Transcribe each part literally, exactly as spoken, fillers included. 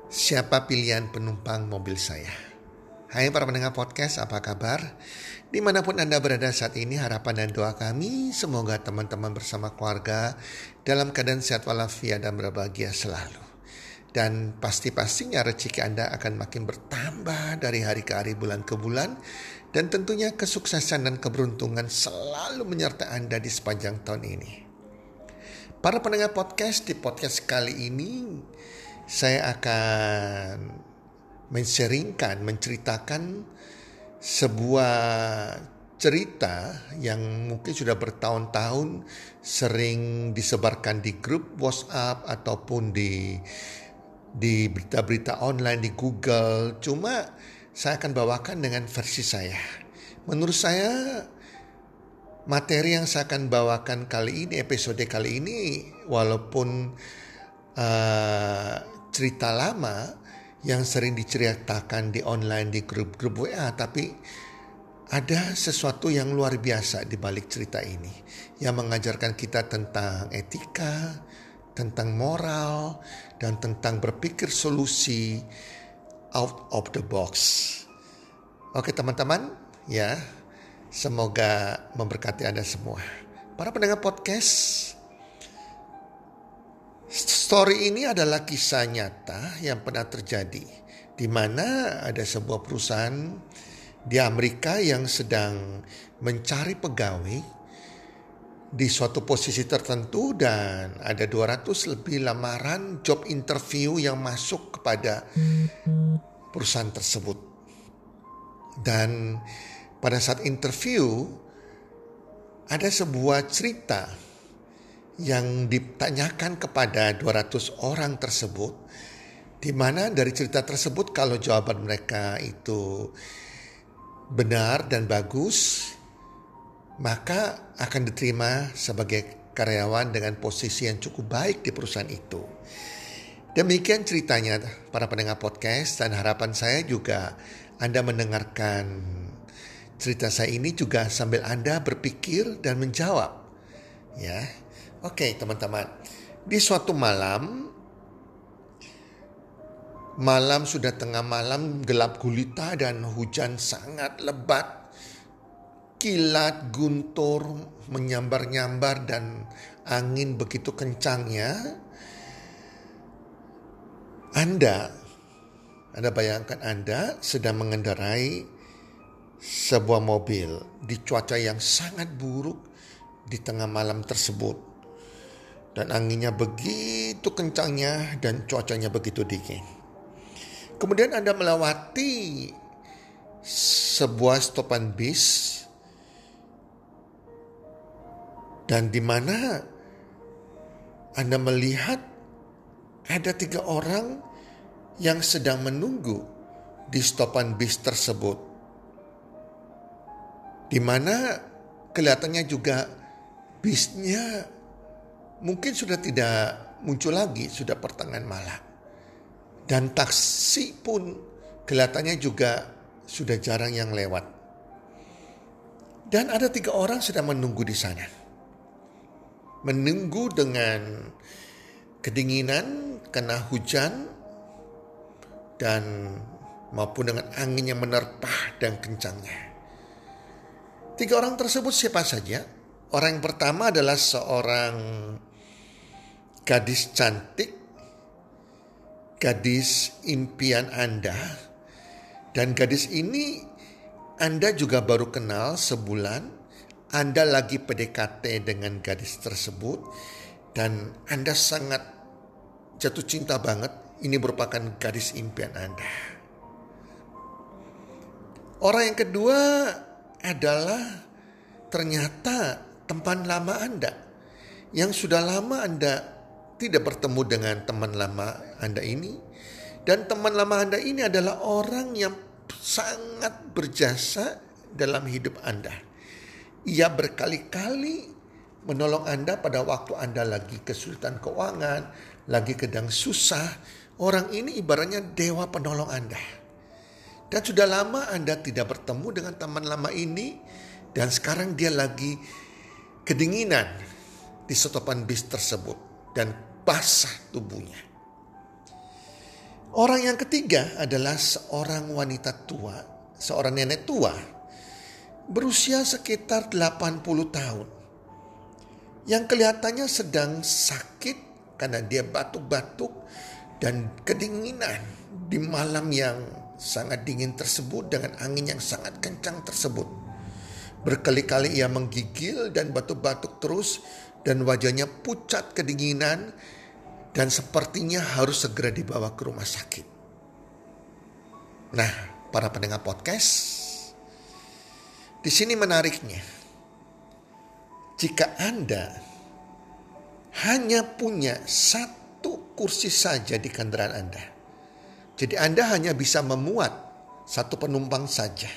Siapa pilihan penumpang mobil saya? Hai para pendengar podcast, apa kabar? Dimanapun Anda berada saat ini, harapan dan doa kami semoga teman-teman bersama keluarga dalam keadaan sehat walafiat dan berbahagia selalu. Dan pasti-pastinya rezeki Anda akan makin bertambah dari hari ke hari, bulan ke bulan. Dan tentunya kesuksesan dan keberuntungan selalu menyertai Anda di sepanjang tahun ini. Para pendengar podcast, di podcast kali ini saya akan men-sharingkan, menceritakan sebuah cerita yang mungkin sudah bertahun-tahun sering disebarkan di grup WhatsApp ataupun di di berita-berita online di Google. Cuma saya akan bawakan dengan versi saya. Menurut saya materi yang saya akan bawakan kali ini, episode kali ini, walaupun uh, cerita lama yang sering diceritakan di online di grup-grup W A, tapi ada sesuatu yang luar biasa di balik cerita ini yang mengajarkan kita tentang etika, tentang moral, dan tentang berpikir solusi out of the box. Oke teman-teman, ya, semoga memberkati Anda semua. Para pendengar podcast, story ini adalah kisah nyata yang pernah terjadi, di mana ada sebuah perusahaan di Amerika yang sedang mencari pegawai di suatu posisi tertentu, dan ada dua ratus lebih lamaran job interview yang masuk kepada perusahaan tersebut. Dan pada saat interview ada sebuah cerita yang ditanyakan kepada dua ratus orang tersebut, di mana dari cerita tersebut kalau jawaban mereka itu benar dan bagus, maka akan diterima sebagai karyawan dengan posisi yang cukup baik di perusahaan itu. Demikian ceritanya para pendengar podcast, dan harapan saya juga Anda mendengarkan cerita saya ini juga sambil Anda berpikir dan menjawab. Ya. Oke teman-teman, di suatu malam, malam sudah tengah malam, gelap gulita dan hujan sangat lebat, kilat guntur menyambar-nyambar dan angin begitu kencangnya. Anda, Anda bayangkan Anda sedang mengendarai sebuah mobil di cuaca yang sangat buruk di tengah malam tersebut. Dan anginnya begitu kencangnya dan cuacanya begitu dingin. Kemudian Anda melewati sebuah stopan bis, dan di mana Anda melihat ada tiga orang yang sedang menunggu di stopan bis tersebut, di mana kelihatannya juga bisnya mungkin sudah tidak muncul lagi, sudah pertengahan malam. Dan taksi pun kelihatannya juga sudah jarang yang lewat. Dan ada tiga orang sedang menunggu di sana. Menunggu dengan kedinginan karena hujan dan maupun dengan angin yang menerpa dan kencangnya. Tiga orang tersebut siapa saja? Orang yang pertama adalah seorang gadis cantik, gadis impian Anda. Dan gadis ini Anda juga baru kenal sebulan. Anda lagi P D K T dengan gadis tersebut, dan Anda sangat jatuh cinta banget. Ini merupakan gadis impian Anda. Orang yang kedua adalah ternyata teman lama Anda, yang sudah lama Anda tidak bertemu dengan teman lama Anda ini. Dan teman lama Anda ini adalah orang yang sangat berjasa dalam hidup Anda. Ia berkali-kali menolong Anda pada waktu Anda lagi kesulitan keuangan, lagi sedang susah. Orang ini ibaratnya dewa penolong Anda. Dan sudah lama Anda tidak bertemu dengan teman lama ini, dan sekarang dia lagi kedinginan di stopan bis tersebut dan basah tubuhnya. Orang yang ketiga adalah seorang wanita tua, seorang nenek tua, berusia sekitar delapan puluh tahun. Yang kelihatannya sedang sakit karena dia batuk-batuk dan kedinginan di malam yang sangat dingin tersebut dengan angin yang sangat kencang tersebut. Berkali-kali ia menggigil dan batuk-batuk terus dan wajahnya pucat kedinginan dan sepertinya harus segera dibawa ke rumah sakit. Nah, para pendengar podcast, di sini menariknya, jika Anda hanya punya satu kursi saja di kendaraan Anda, jadi Anda hanya bisa memuat satu penumpang saja.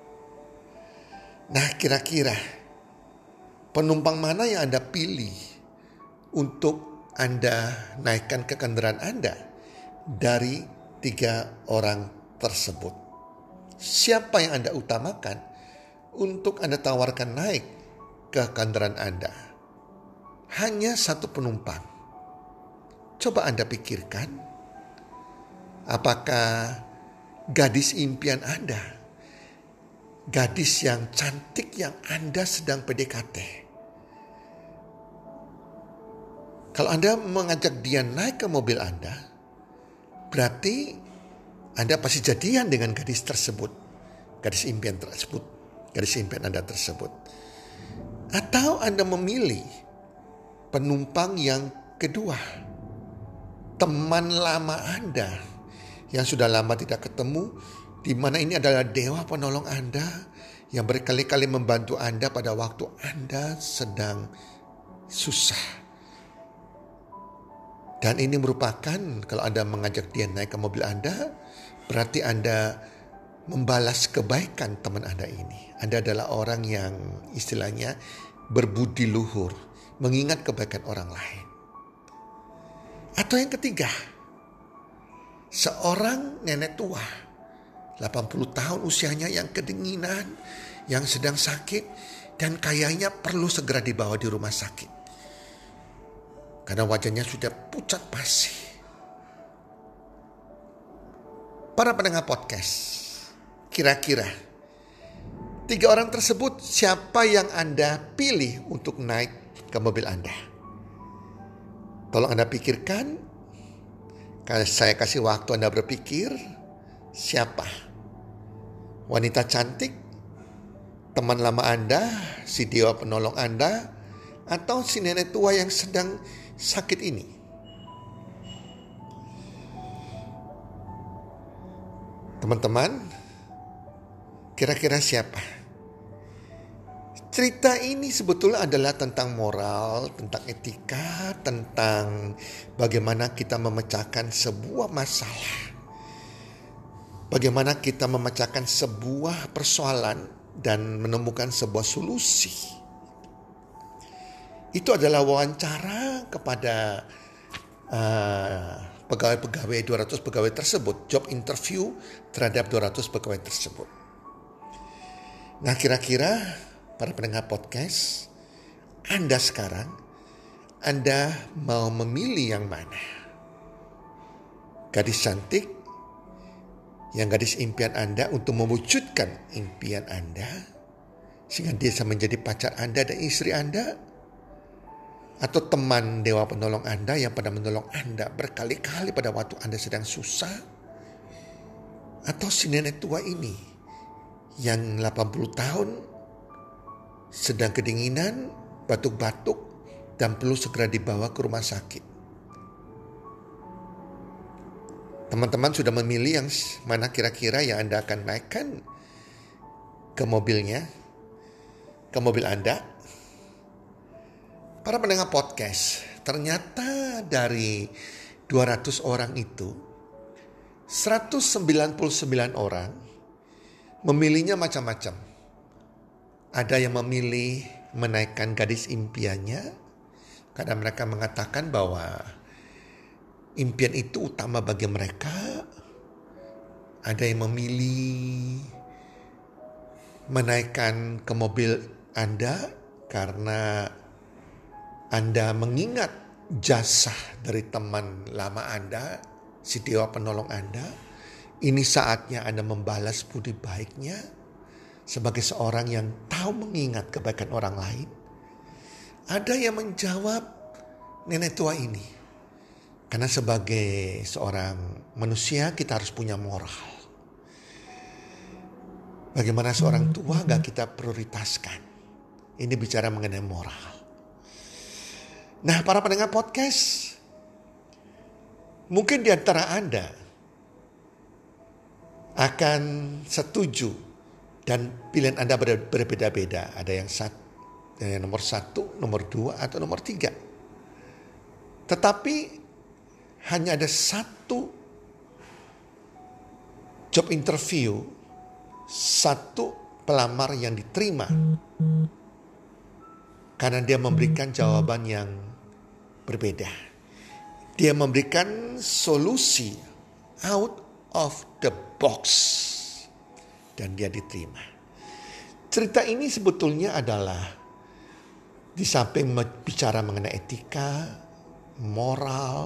Nah, kira-kira penumpang mana yang Anda pilih untuk Anda naikkan ke kendaraan Anda dari tiga orang tersebut? Siapa yang Anda utamakan untuk Anda tawarkan naik ke kendaraan Anda? Hanya satu penumpang. Coba Anda pikirkan, apakah gadis impian Anda, gadis yang cantik yang Anda sedang P D K T, kalau Anda mengajak dia naik ke mobil Anda, berarti Anda pasti jadian dengan gadis tersebut, gadis impian tersebut, gadis impian Anda tersebut. Atau Anda memilih penumpang yang kedua, teman lama Anda yang sudah lama tidak ketemu, di mana ini adalah dewa penolong Anda yang berkali-kali membantu Anda pada waktu Anda sedang susah. Dan ini merupakan, kalau Anda mengajak dia naik ke mobil Anda, berarti Anda membalas kebaikan teman Anda ini. Anda adalah orang yang istilahnya berbudi luhur, mengingat kebaikan orang lain. Atau yang ketiga, seorang nenek tua, delapan puluh tahun usianya yang kedinginan, yang sedang sakit, dan kayaknya perlu segera dibawa di rumah sakit. Karena wajahnya sudah pucat pasi. Para pendengar podcast, kira-kira tiga orang tersebut siapa yang Anda pilih untuk naik ke mobil Anda? Tolong Anda pikirkan. Saya kasih waktu Anda berpikir. Siapa? Wanita cantik? Teman lama Anda? Si dewa penolong Anda? Atau si nenek tua yang sedang sakit ini? Teman-teman, kira-kira siapa? Cerita ini sebetulnya adalah tentang moral, tentang etika, tentang bagaimana kita memecahkan sebuah masalah. Bagaimana kita memecahkan sebuah persoalan dan menemukan sebuah solusi. Itu adalah wawancara kepada uh, pegawai-pegawai dua ratus pegawai tersebut, job interview terhadap dua ratus pegawai tersebut. Nah, kira-kira para pendengar podcast, Anda sekarang, Anda mau memilih yang mana? Gadis cantik, yang gadis impian Anda untuk mewujudkan impian Anda, sehingga dia bisa menjadi pacar Anda dan istri Anda? Atau teman dewa penolong Anda yang pada menolong Anda berkali-kali pada waktu Anda sedang susah? Atau si nenek tua ini yang delapan puluh tahun sedang kedinginan, batuk-batuk, dan perlu segera dibawa ke rumah sakit? Teman-teman sudah memilih yang mana kira-kira yang Anda akan naikkan ke mobilnya, ke mobil Anda? Para pendengar podcast, ternyata dari dua ratus orang itu, seratus sembilan puluh sembilan orang memilihnya macam-macam. Ada yang memilih menaikkan gadis impiannya, karena mereka mengatakan bahwa impian itu utama bagi mereka. Ada yang memilih menaikkan ke mobil Anda karena Anda mengingat jasa dari teman lama Anda. si Dewa penolong Anda. Ini saatnya Anda membalas budi baiknya sebagai seorang yang tahu mengingat kebaikan orang lain. Ada yang menjawab nenek tua ini, karena sebagai seorang manusia kita harus punya moral. Bagaimana seorang tua gak kita prioritaskan. Ini bicara mengenai moral. Nah, para pendengar podcast, mungkin di antara Anda akan setuju dan pilihan Anda ber- berbeda-beda. Ada yang satu, yang nomor satu, nomor dua, atau nomor tiga. Tetapi hanya ada satu job interview, satu pelamar yang diterima karena dia memberikan jawaban yang berbeda. Dia memberikan solusi out of the box dan dia diterima. Cerita ini sebetulnya adalah di samping bicara mengenai etika, moral,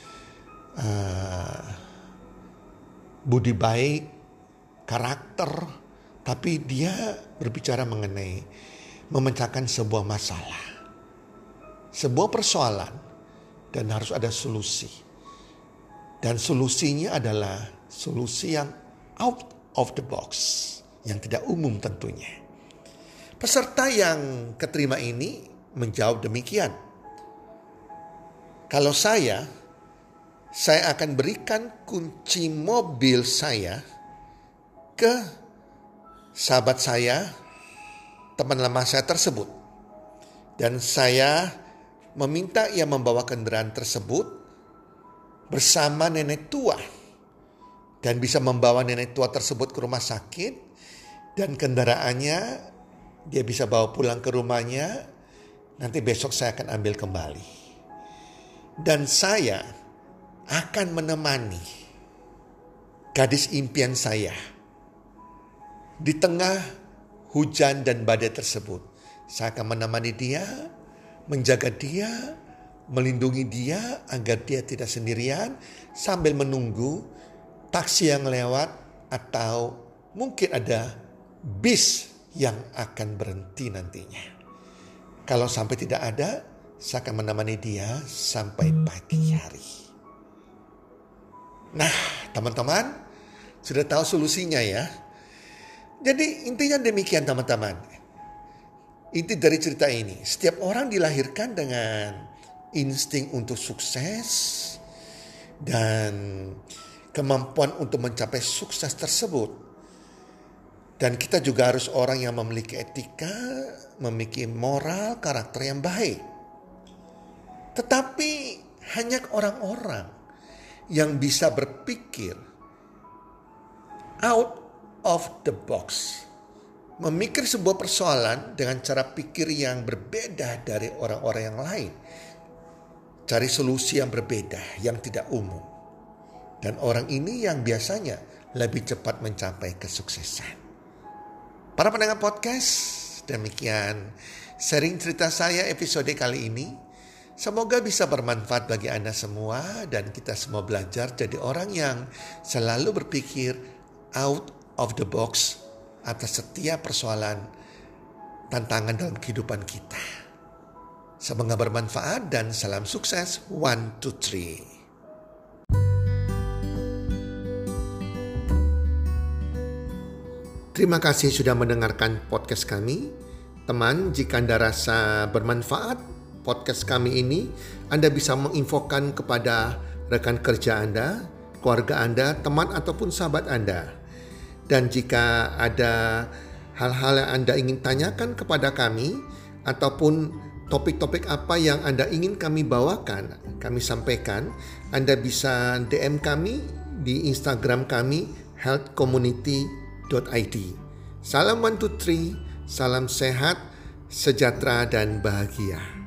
uh, budi baik, karakter, tapi dia berbicara mengenai memecahkan sebuah masalah, sebuah persoalan, dan harus ada solusi. Dan solusinya adalah solusi yang out of the box, yang tidak umum tentunya. Peserta yang keterima ini menjawab demikian. Kalau saya, saya akan berikan kunci mobil saya ke sahabat saya, teman lama saya tersebut. Dan saya meminta ia membawa kendaraan tersebut bersama nenek tua. Dan bisa membawa nenek tua tersebut ke rumah sakit. Dan kendaraannya dia bisa bawa pulang ke rumahnya. Nanti besok saya akan ambil kembali. Dan saya akan menemani gadis impian saya di tengah hujan dan badai tersebut. Saya akan menemani dia, menjaga dia, melindungi dia agar dia tidak sendirian sambil menunggu taksi yang lewat atau mungkin ada bis yang akan berhenti nantinya. Kalau sampai tidak ada, saya akan menemani dia sampai pagi hari. Nah, teman-teman, sudah tahu solusinya ya. Jadi intinya demikian teman-teman. Inti dari cerita ini, setiap orang dilahirkan dengan insting untuk sukses dan kemampuan untuk mencapai sukses tersebut. Dan kita juga harus orang yang memiliki etika, memiliki moral, karakter yang baik. Tetapi hanya orang-orang yang bisa berpikir out of the box, memikir sebuah persoalan dengan cara pikir yang berbeda dari orang-orang yang lain, cari solusi yang berbeda, yang tidak umum. Dan orang ini yang biasanya lebih cepat mencapai kesuksesan. Para pendengar podcast, demikian sharing cerita saya episode kali ini. Semoga bisa bermanfaat bagi Anda semua dan kita semua belajar jadi orang yang selalu berpikir out of the box atas setiap persoalan, tantangan dalam kehidupan kita. Semoga bermanfaat dan salam sukses. One, two, three. Terima kasih sudah mendengarkan podcast kami. Teman, jika Anda rasa bermanfaat podcast kami ini, Anda bisa menginfokan kepada rekan kerja Anda, keluarga Anda, teman ataupun sahabat Anda. Dan jika ada hal-hal yang Anda ingin tanyakan kepada kami ataupun topik-topik apa yang Anda ingin kami bawakan, kami sampaikan, Anda bisa D M kami di Instagram kami health community dot i d. Salam one two three, salam sehat, sejahtera dan bahagia.